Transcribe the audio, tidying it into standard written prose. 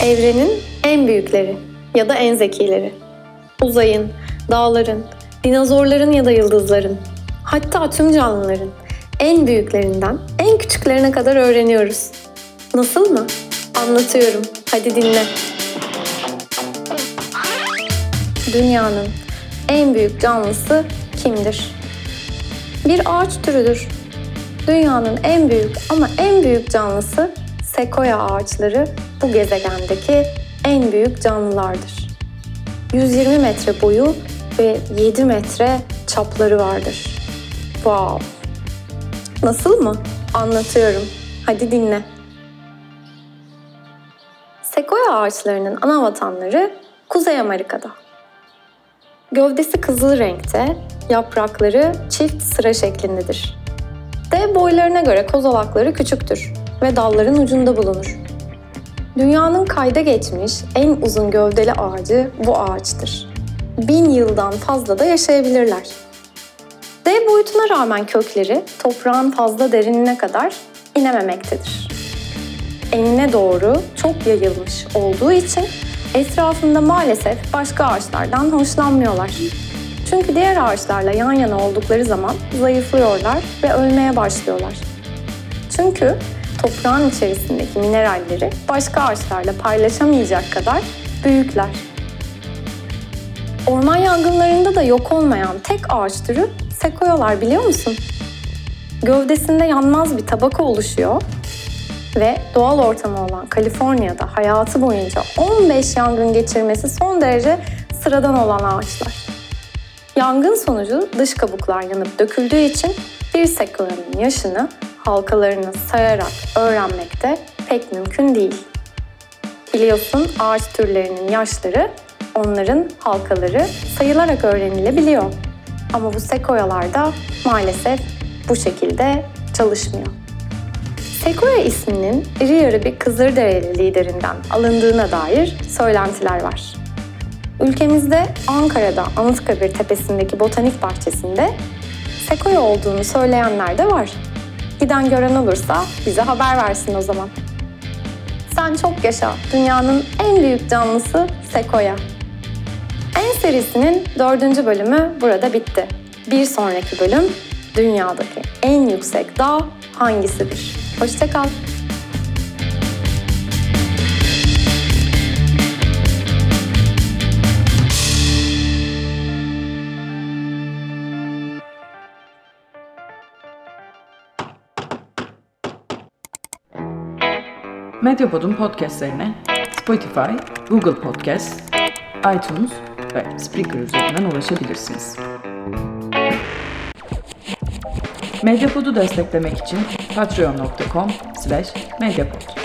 Evrenin en büyükleri ya da en zekileri. Uzayın, dağların, dinozorların ya da yıldızların, hatta tüm canlıların en büyüklerinden en küçüklerine kadar öğreniyoruz. Nasıl mı? Anlatıyorum. Hadi dinle. Dünyanın en büyük canlısı kimdir? Bir ağaç türüdür. Dünyanın en büyük ama en büyük canlısı sekoya ağaçları bu gezegendeki en büyük canlılardır. 120 metre boyu ve 7 metre çapları vardır. Wow! Nasıl mı? Anlatıyorum. Hadi dinle. Sekoya ağaçlarının ana vatanları Kuzey Amerika'da. Gövdesi kızıl renkte, yaprakları çift sıra şeklindedir. Dev boylarına göre kozalakları küçüktür ve dalların ucunda bulunur. Dünyanın kayda geçmiş en uzun gövdeli ağacı bu ağaçtır. 1000 yıldan fazla da yaşayabilirler. Dev boyutuna rağmen kökleri toprağın fazla derinine kadar inememektedir. Enine doğru çok yayılmış olduğu için etrafında maalesef başka ağaçlardan hoşlanmıyorlar. Çünkü diğer ağaçlarla yan yana oldukları zaman zayıflıyorlar ve ölmeye başlıyorlar. Çünkü toprağın içerisindeki mineralleri başka ağaçlarla paylaşamayacak kadar büyükler. Orman yangınlarında da yok olmayan tek ağaç türü sekoyalar, biliyor musun? Gövdesinde yanmaz bir tabaka oluşuyor ve doğal ortamı olan Kaliforniya'da hayatı boyunca 15 yangın geçirmesi son derece sıradan olan ağaçlar. Yangın sonucu dış kabuklar yanıp döküldüğü için bir sekoyanın yaşını halkalarını sayarak öğrenmek de pek mümkün değil. Biliyorsun, ağaç türlerinin yaşları onların halkaları sayılarak öğrenilebiliyor. Ama bu sekoyalarda maalesef bu şekilde çalışmıyor. Sekoya isminin iri yarı bir Kızılderili liderinden alındığına dair söylentiler var. Ülkemizde Ankara'da Anıtkabir Tepesi'ndeki botanik bahçesinde sekoya olduğunu söyleyenler de var. Giden gören olursa bize haber versin o zaman. Sen çok yaşa, dünyanın en büyük canlısı sekoya. En serisinin 4. bölümü burada bitti. Bir sonraki bölüm, dünyadaki en yüksek dağ hangisidir? Hoşça kal. Medyapod'un podcastlerine Spotify, Google Podcast, iTunes ve Spreaker üzerinden ulaşabilirsiniz. Medyapod'u desteklemek için patreon.com/medyapod